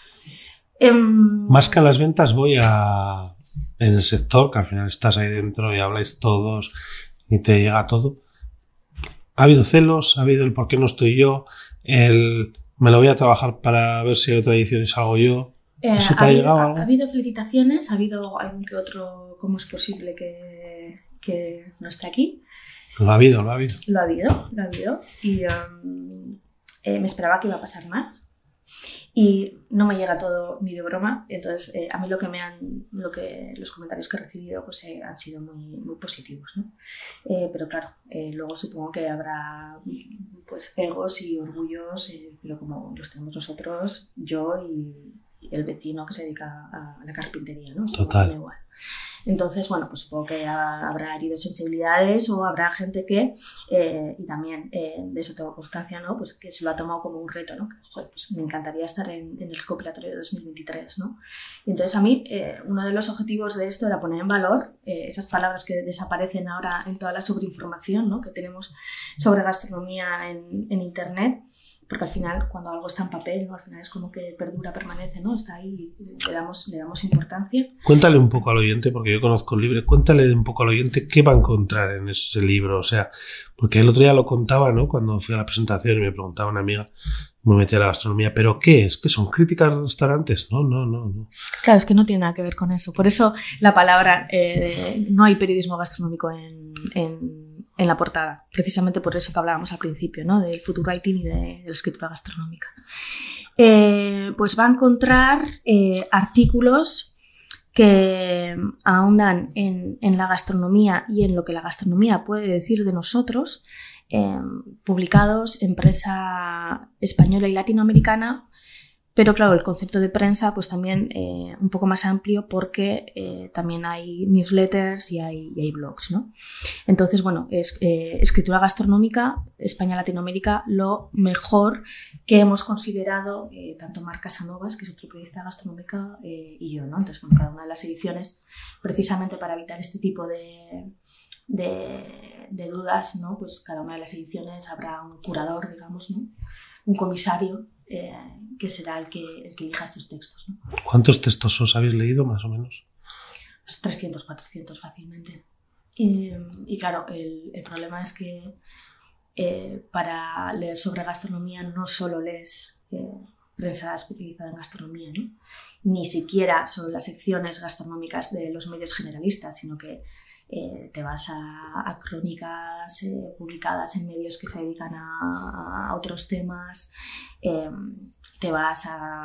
[SPEAKER 2] Eh,
[SPEAKER 1] Más que a las ventas voy a... en el sector, que al final estás ahí dentro y habláis todos y te llega todo. ¿Ha habido celos? ¿Ha habido el por qué no estoy yo? El me lo voy a trabajar para ver si hay otra edición y salgo yo.
[SPEAKER 2] Eh,
[SPEAKER 1] ¿Eso te
[SPEAKER 2] ha,
[SPEAKER 1] ha
[SPEAKER 2] habido,
[SPEAKER 1] llegado
[SPEAKER 2] ha,
[SPEAKER 1] algo?
[SPEAKER 2] ha habido felicitaciones, ha habido algún que otro, ¿cómo es posible que, que no esté aquí?
[SPEAKER 1] Lo ha habido, lo ha habido.
[SPEAKER 2] Lo ha habido, lo ha habido. Y um, eh, me esperaba que iba a pasar más. Y no me llega todo ni de broma. Entonces, eh, a mí lo que me han, lo que los comentarios que he recibido pues, eh, han sido muy, muy positivos, ¿no? Eh, pero claro, eh, luego supongo que habrá pues egos y orgullos, eh, pero como los tenemos nosotros, yo y, y el vecino que se dedica a, a la carpintería, ¿no?
[SPEAKER 1] Total.
[SPEAKER 2] Da igual. Entonces, bueno, pues supongo que habrá herido sensibilidades o habrá gente que, eh, y también eh, de eso tengo constancia, ¿no? Pues que se lo ha tomado como un reto, ¿no? Que, joder, pues me encantaría estar en, en el recopilatorio de dos mil veintitrés, ¿no? Y entonces a mí, eh, uno de los objetivos de esto era poner en valor eh, esas palabras que desaparecen ahora en toda la sobreinformación, ¿no? Que tenemos sobre gastronomía en, en internet. Porque al final, cuando algo está en papel, ¿no? Al final es como que perdura, permanece, ¿no? Está ahí, le damos, le damos importancia.
[SPEAKER 1] Cuéntale un poco al oyente, porque yo conozco el libro, cuéntale un poco al oyente qué va a encontrar en ese libro, o sea, porque el otro día lo contaba, ¿no? Cuando fui a la presentación y me preguntaba una amiga, me metí a la gastronomía, ¿pero qué es? ¿Qué son críticas de restaurantes? No, no, no, no.
[SPEAKER 2] Claro, es que no tiene nada que ver con eso. Por eso la palabra, eh, no hay periodismo gastronómico en... en en la portada, precisamente por eso que hablábamos al principio, ¿no? Del food writing y de, de la escritura gastronómica. Eh, pues va a encontrar eh, artículos que ahondan en, en la gastronomía y en lo que la gastronomía puede decir de nosotros, eh, publicados en prensa española y latinoamericana. Pero claro, el concepto de prensa pues también eh, un poco más amplio porque eh, también hay newsletters y hay, y hay blogs, ¿no? Entonces, bueno, es eh, escritura gastronómica, España-Latinoamérica, lo mejor que hemos considerado eh, tanto Marc Casanovas, que es otro periodista gastronómica, eh, y yo, ¿no? Entonces, bueno, cada una de las ediciones, precisamente para evitar este tipo de, de, de dudas, ¿no? Pues cada una de las ediciones habrá un curador, digamos, ¿no? Un comisario, Eh, que será el que, el que elija estos textos, ¿no?
[SPEAKER 1] ¿Cuántos textos os habéis leído, más o menos?
[SPEAKER 2] trescientos, cuatrocientos fácilmente. Y, y claro, el, el problema es que eh, para leer sobre gastronomía no solo lees eh, prensa especializada en gastronomía, ¿no? Ni siquiera sobre las secciones gastronómicas de los medios generalistas, sino que eh, te vas a, a crónicas eh, publicadas en medios que se dedican a, a otros temas, eh, te vas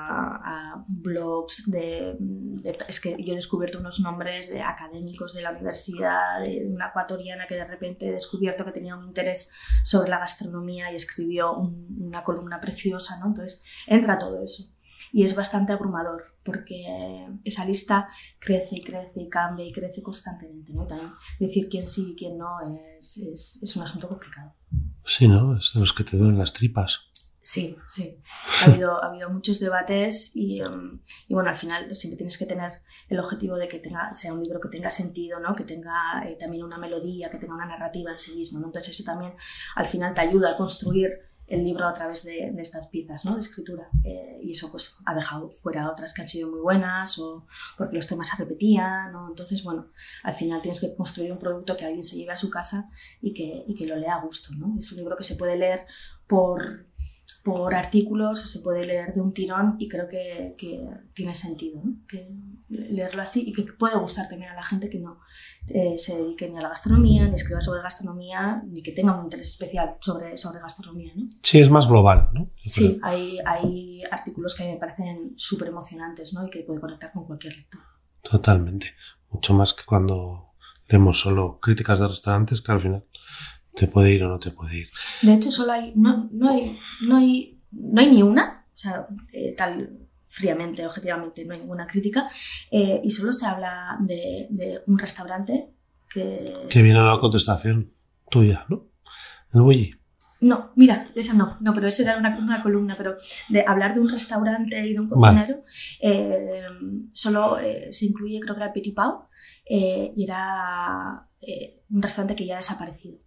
[SPEAKER 2] a, a blogs de, de... Es que yo he descubierto unos nombres de académicos de la universidad, de una ecuatoriana que de repente he descubierto que tenía un interés sobre la gastronomía y escribió un, una columna preciosa, ¿no? Entonces entra todo eso. Y es bastante abrumador porque esa lista crece y crece y cambia y crece constantemente, ¿no? También decir quién sí y quién no es, es, es un asunto complicado.
[SPEAKER 1] Sí, ¿no? Es de los que te duelen las tripas.
[SPEAKER 2] Sí, sí. Ha habido, ha habido muchos debates y, um, y bueno, al final siempre tienes que tener el objetivo de que tenga, sea un libro que tenga sentido, ¿no? Que tenga eh, también una melodía, que tenga una narrativa en sí mismo, ¿no? Entonces eso también al final te ayuda a construir el libro a través de, de estas piezas, ¿no? De escritura. Eh, y eso pues ha dejado fuera otras que han sido muy buenas o porque los temas se repetían, ¿no? Entonces, bueno, al final tienes que construir un producto que alguien se lleve a su casa y que, y que lo lea a gusto, ¿no? Es un libro que se puede leer por... por artículos o se puede leer de un tirón y creo que, que tiene sentido, ¿no? Que leerlo así y que puede gustar también a la gente que no eh, se dedique ni a la gastronomía, ni escriba sobre gastronomía, ni que tenga un interés especial sobre, sobre gastronomía, ¿no?
[SPEAKER 1] Sí, es más global, ¿no?
[SPEAKER 2] Sí, hay, hay artículos que a mí me parecen súper emocionantes, ¿no? Y que puede conectar con cualquier lector.
[SPEAKER 1] Totalmente. Mucho más que cuando leemos solo críticas de restaurantes, que al final te puede ir o no te puede ir.
[SPEAKER 2] De hecho, solo hay, no, no hay, no hay, no hay ni una, o sea, eh, tal fríamente, objetivamente, no hay ninguna crítica, eh, y solo se habla de, de un restaurante que...
[SPEAKER 1] Que viene a la contestación tuya, ¿no? El Bulli.
[SPEAKER 2] No, mira, esa no, no, pero esa era una, una columna, pero de hablar de un restaurante y de un cocinero, vale. eh, solo eh, se incluye, creo que era el Petit Pau, eh, y era eh, un restaurante que ya ha desaparecido.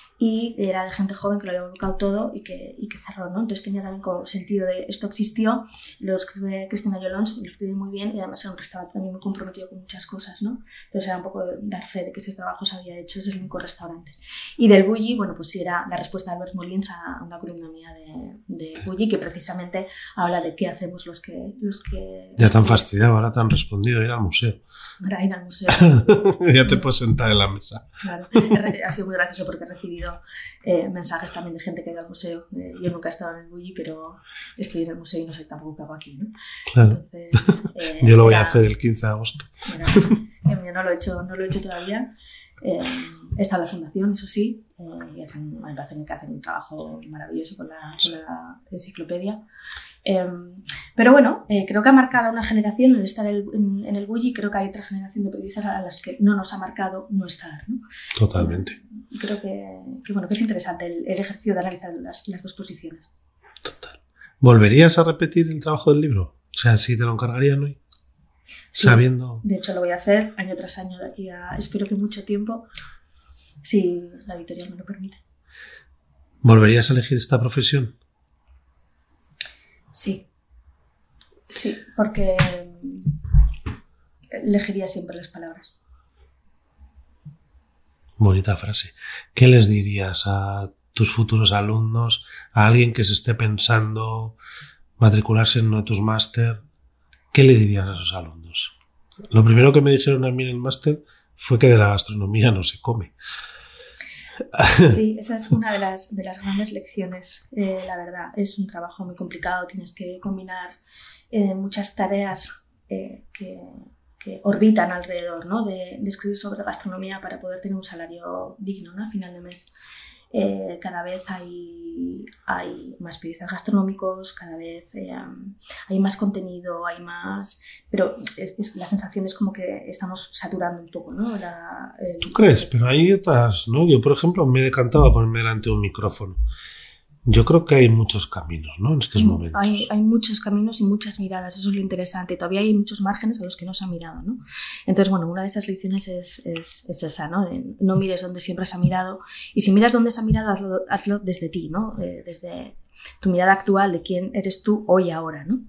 [SPEAKER 2] Y era de gente joven que lo había volcado todo y que, y que cerró, ¿no? Entonces tenía también como sentido de esto existió, lo escribe Cristina Yolons, lo escribe muy bien y además era un restaurante también muy comprometido con muchas cosas, ¿no? Entonces era un poco dar fe de que ese trabajo se había hecho, es el único restaurante. Y del Bulli, bueno, pues sí era la respuesta de Albert Molins a una columna mía de, de Bulli, que precisamente habla de qué hacemos los que... Los que
[SPEAKER 1] ya te han fastidiado, ahora te han respondido, ir al museo.
[SPEAKER 2] Ahora ir al museo.
[SPEAKER 1] Ya te puedes sentar en la mesa.
[SPEAKER 2] Claro, ha sido muy gracioso porque he recibido Eh, mensajes también de gente que ha ido al museo. Eh, yo nunca he estado en el Bulli, pero estoy en el museo y no sé tampoco qué hago aquí, ¿no?
[SPEAKER 1] Claro.
[SPEAKER 2] Entonces, eh,
[SPEAKER 1] yo lo voy
[SPEAKER 2] era,
[SPEAKER 1] a hacer el quince de agosto.
[SPEAKER 2] Era, yo no lo he hecho, no lo he hecho todavía. Eh, he estado en la fundación, eso sí, eh, y hacen, me parece que hacen un trabajo maravilloso con la, con la enciclopedia. Eh, pero bueno, eh, creo que ha marcado una generación el estar el, en, en el Bulli. Creo que hay otra generación de periodistas a las que no nos ha marcado no estar, ¿no?
[SPEAKER 1] Totalmente.
[SPEAKER 2] Eh, y creo que, que, bueno, que es interesante el, el ejercicio de analizar las, las dos posiciones.
[SPEAKER 1] Total. ¿Volverías a repetir el trabajo del libro? O sea, si te lo encargarían hoy,
[SPEAKER 2] sí,
[SPEAKER 1] sabiendo...
[SPEAKER 2] De hecho, lo voy a hacer año tras año de aquí a, espero que mucho tiempo, si la editorial me lo permite.
[SPEAKER 1] ¿Volverías a elegir esta profesión?
[SPEAKER 2] Sí, sí, porque elegiría siempre las palabras.
[SPEAKER 1] Bonita frase. ¿Qué les dirías a tus futuros alumnos, a alguien que se esté pensando matricularse en uno de tus máster? ¿Qué le dirías a esos alumnos? Lo primero que me dijeron a mí en el máster fue que de la gastronomía no se come.
[SPEAKER 2] Sí, esa es una de las, de las grandes lecciones, eh, la verdad. Es un trabajo muy complicado, tienes que combinar eh, muchas tareas eh, que, que orbitan alrededor, ¿no? de, de escribir sobre gastronomía para poder tener un salario digno, ¿no? A final de mes. Eh, cada vez hay, hay más periodistas gastronómicos, cada vez eh, hay más contenido, hay más... Pero es, es, la sensación es como que estamos saturando un poco, ¿no? La, el,
[SPEAKER 1] ¿Tú crees? Pero hay otras, ¿no? Yo, por ejemplo, me he decantado a ponerme delante de un micrófono. Yo creo que hay muchos caminos, ¿no? En estos momentos.
[SPEAKER 2] Hay, hay muchos caminos y muchas miradas, eso es lo interesante. Todavía hay muchos márgenes a los que no se ha mirado, ¿no? Entonces, bueno, una de esas lecciones es, es, es esa, ¿no? De no mires donde siempre se ha mirado. Y si miras donde se ha mirado, hazlo, hazlo desde ti, ¿no? Eh, desde tu mirada actual de quién eres tú hoy y ahora, ¿no?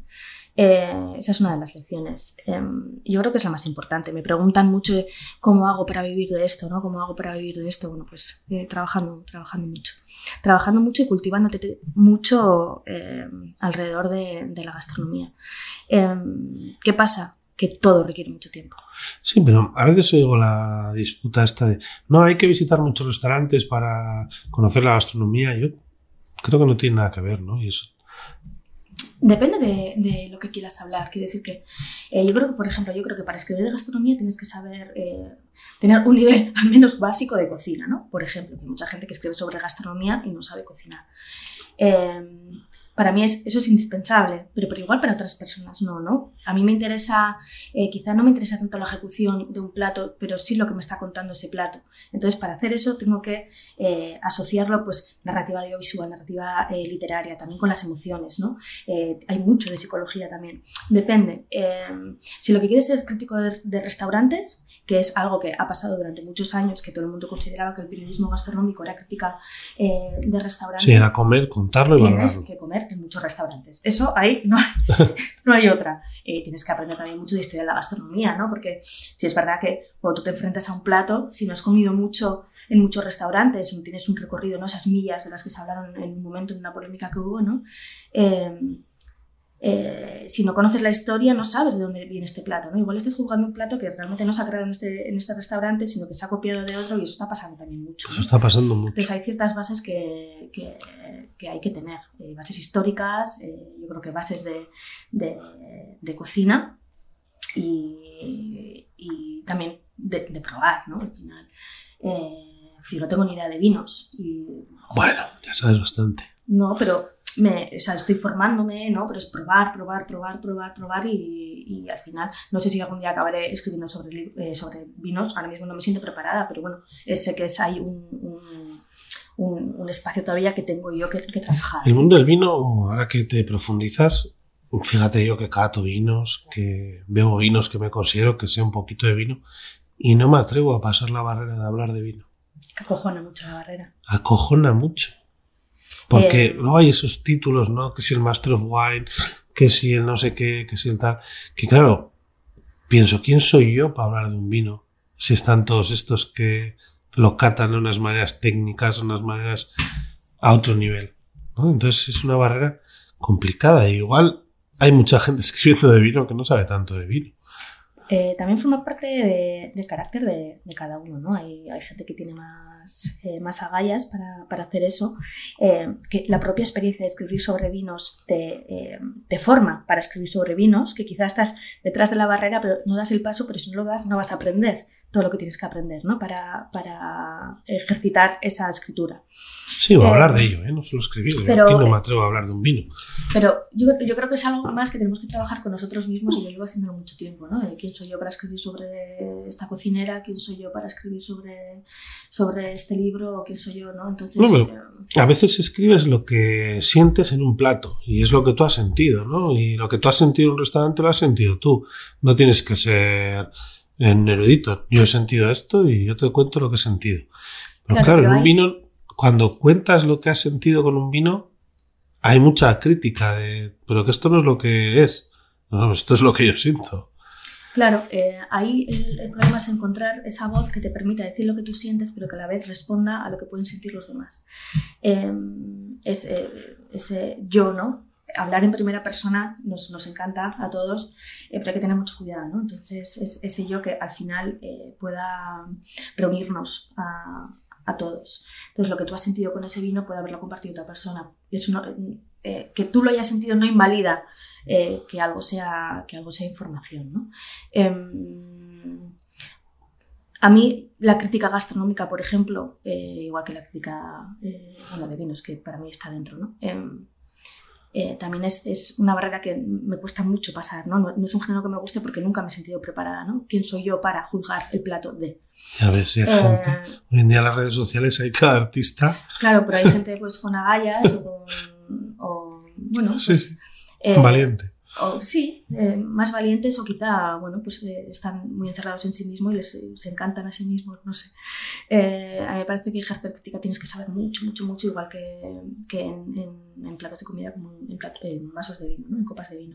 [SPEAKER 2] Eh, esa es una de las lecciones. Eh, yo creo que es la más importante. Me preguntan mucho de cómo hago para vivir de esto, ¿no? ¿Cómo hago para vivir de esto? Bueno, pues eh, trabajando, trabajando mucho. Trabajando mucho y cultivándote mucho eh, alrededor de, de la gastronomía. Eh, ¿Qué pasa? Que todo requiere mucho tiempo.
[SPEAKER 1] Sí, pero a veces oigo la disputa esta de no, hay que visitar muchos restaurantes para conocer la gastronomía. Yo creo que no tiene nada que ver, ¿no? Y eso.
[SPEAKER 2] Depende de, de lo que quieras hablar. Quiero decir que eh, yo creo que, por ejemplo, yo creo que para escribir de gastronomía tienes que saber eh, tener un nivel al menos básico de cocina, ¿no? Por ejemplo, hay mucha gente que escribe sobre gastronomía y no sabe cocinar. Eh, para mí es, eso es indispensable, pero, pero igual para otras personas no, ¿no? A mí me interesa, eh, quizá no me interesa tanto la ejecución de un plato, pero sí lo que me está contando ese plato. Entonces, para hacer eso tengo que eh, asociarlo, pues, narrativa audiovisual, narrativa eh, literaria, también con las emociones, ¿no? Eh, hay mucho de psicología también. Depende. Eh, si lo que quieres es ser crítico de, de restaurantes, que es algo que ha pasado durante muchos años, que todo el mundo consideraba que el periodismo gastronómico era crítica eh, de restaurantes.
[SPEAKER 1] Sí, era comer, contarlo y valorarlo.
[SPEAKER 2] Tienes que comer en muchos restaurantes. Eso ahí no, no hay otra. Eh, tienes que aprender también mucho de historia de la gastronomía, ¿no? Porque si es verdad que cuando tú te enfrentas a un plato, si no has comido mucho en muchos restaurantes, o no tienes un recorrido, ¿no? Esas millas de las que se hablaron en un momento en una polémica que hubo, ¿no? Eh, Eh, si no conoces la historia no sabes de dónde viene este plato, ¿no? Igual estás juzgando un plato que realmente no se ha creado en este, en este restaurante, sino que se ha copiado de otro, y eso está pasando también mucho, ¿no?
[SPEAKER 1] Eso está pasando mucho.
[SPEAKER 2] Entonces hay ciertas bases que, que, que hay que tener, eh, bases históricas, eh, yo creo que bases de, de, de cocina y, y también de, de probar, ¿no? Al final, eh, yo no tengo ni idea de vinos. Y,
[SPEAKER 1] bueno, ya sabes bastante.
[SPEAKER 2] No, pero Me, o sea, estoy formándome, ¿no? Pero es probar, probar, probar, probar, probar y, y al final, no sé si algún día acabaré escribiendo sobre, eh, sobre vinos, ahora mismo no me siento preparada, pero bueno, sé que es ahí un, un, un, un espacio todavía que tengo yo que, que trabajar.
[SPEAKER 1] El mundo del vino, ahora que te profundizas, fíjate yo que cato vinos, que bebo vinos, que me considero que sé un poquito de vino y no me atrevo a pasar la barrera de hablar de vino.
[SPEAKER 2] Que acojona mucho la barrera.
[SPEAKER 1] Acojona mucho. Porque
[SPEAKER 2] eh,
[SPEAKER 1] luego hay esos títulos, ¿no? Que si el Master of Wine, que si el no sé qué, que si el tal. Que claro, pienso, ¿quién soy yo para hablar de un vino? Si están todos estos que lo catan de unas maneras técnicas, de unas maneras a otro nivel, ¿no? Entonces es una barrera complicada. E igual hay mucha gente escribiendo de vino que no sabe tanto de vino.
[SPEAKER 2] Eh, también forma parte de, del carácter de, de cada uno, ¿no? Hay, hay gente que tiene más, eh, más agallas para, para hacer eso, eh, que la propia experiencia de escribir sobre vinos te, eh, te forma para escribir sobre vinos, que quizás estás detrás de la barrera, pero no das el paso, pero si no lo das no vas a aprender todo lo que tienes que aprender, ¿no? Para, para ejercitar esa escritura.
[SPEAKER 1] Sí, o
[SPEAKER 2] eh,
[SPEAKER 1] hablar de ello, ¿eh? No solo escribir.
[SPEAKER 2] Pero,
[SPEAKER 1] aquí no me atrevo a hablar de un vino.
[SPEAKER 2] Pero yo, yo creo que es algo más que tenemos que trabajar con nosotros mismos, y yo llevo haciéndolo mucho tiempo, ¿no? ¿Quién soy yo para escribir sobre esta cocinera? ¿Quién soy yo para escribir sobre, sobre este libro? ¿Quién soy yo, no? Entonces,
[SPEAKER 1] no, pero a veces escribes lo que sientes en un plato y es lo que tú has sentido, ¿no? Y lo que tú has sentido en un restaurante lo has sentido tú. No tienes que ser en erudito. Yo he sentido esto y yo te cuento lo que he sentido. Pero claro, claro pero en un hay... vino, cuando cuentas lo que has sentido con un vino, hay mucha crítica de, pero que esto no es lo que es. No, esto es lo que yo siento.
[SPEAKER 2] Claro, eh, ahí el, el problema es encontrar esa voz que te permita decir lo que tú sientes, pero que a la vez responda a lo que pueden sentir los demás. Eh, es, eh, ese yo, ¿no? Hablar en primera persona nos, nos encanta a todos, eh, pero hay que tener mucho cuidado, ¿no? Entonces, es ese yo que al final eh, pueda reunirnos a, a todos. Entonces, lo que tú has sentido con ese vino puede haberlo compartido otra persona. Es una, eh, que tú lo hayas sentido no invalida eh, que, algo sea, que algo sea información, ¿no? Eh, a mí, la crítica gastronómica, por ejemplo, eh, igual que la crítica eh, bueno, de vinos, que para mí está dentro, ¿no? Eh, Eh, también es, es una barrera que me cuesta mucho pasar, ¿no? ¿no? No es un género que me guste porque nunca me he sentido preparada, ¿no? ¿Quién soy yo para juzgar el plato de?
[SPEAKER 1] A ver si hay eh, gente. Hoy en día en las redes sociales hay cada artista.
[SPEAKER 2] Claro, pero hay gente pues con agallas o, con, o bueno,
[SPEAKER 1] sí,
[SPEAKER 2] pues,
[SPEAKER 1] sí. Eh, valiente.
[SPEAKER 2] o sí, eh, más valientes o quizá, bueno, pues eh, están muy encerrados en sí mismos y les se encantan a sí mismos, no sé. Eh, a mí me parece que ejercer crítica tienes que saber mucho, mucho, mucho, igual que, que en, en, en platos de comida, como en, plato, en vasos de vino, ¿no? En copas de vino.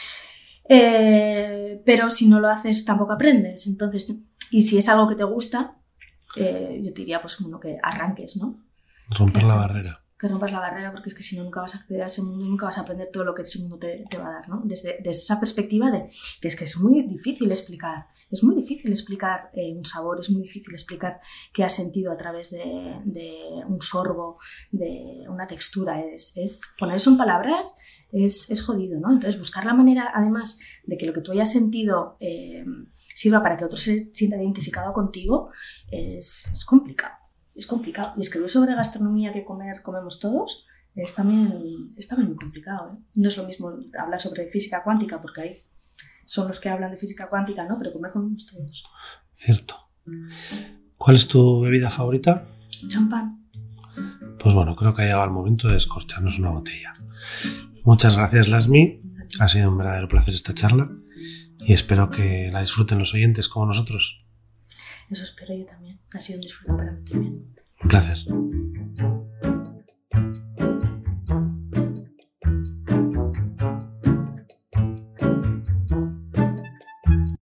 [SPEAKER 2] Eh, pero si no lo haces tampoco aprendes. Entonces, y si es algo que te gusta, eh, yo te diría pues bueno, que arranques, ¿no?
[SPEAKER 1] Romper la barrera.
[SPEAKER 2] Que rompas la barrera, porque es que si no nunca vas a acceder a ese mundo y nunca vas a aprender todo lo que ese mundo te, te va a dar, ¿no? Desde, desde esa perspectiva de que es que es muy difícil explicar, es muy difícil explicar eh, un sabor, es muy difícil explicar qué has sentido a través de, de un sorbo, de una textura, es, es poner eso en palabras es, es jodido, ¿no? Entonces buscar la manera, además, de que lo que tú hayas sentido eh, sirva para que otro se sienta identificado contigo, es, es complicado. Es complicado. Y escribir sobre gastronomía que comer comemos todos es también, es también muy complicado, ¿eh? No es lo mismo hablar sobre física cuántica, porque ahí son los que hablan de física cuántica, ¿no? Pero comer comemos todos.
[SPEAKER 1] Cierto. ¿Cuál es tu bebida favorita?
[SPEAKER 2] Champán.
[SPEAKER 1] Pues bueno, creo que ha llegado el momento de descorcharnos una botella. Muchas gracias, Lasmi. Ha sido un verdadero placer esta charla y espero que la disfruten los oyentes como nosotros.
[SPEAKER 2] Eso espero yo también. Ha sido un disfrute para mí también.
[SPEAKER 1] Un placer.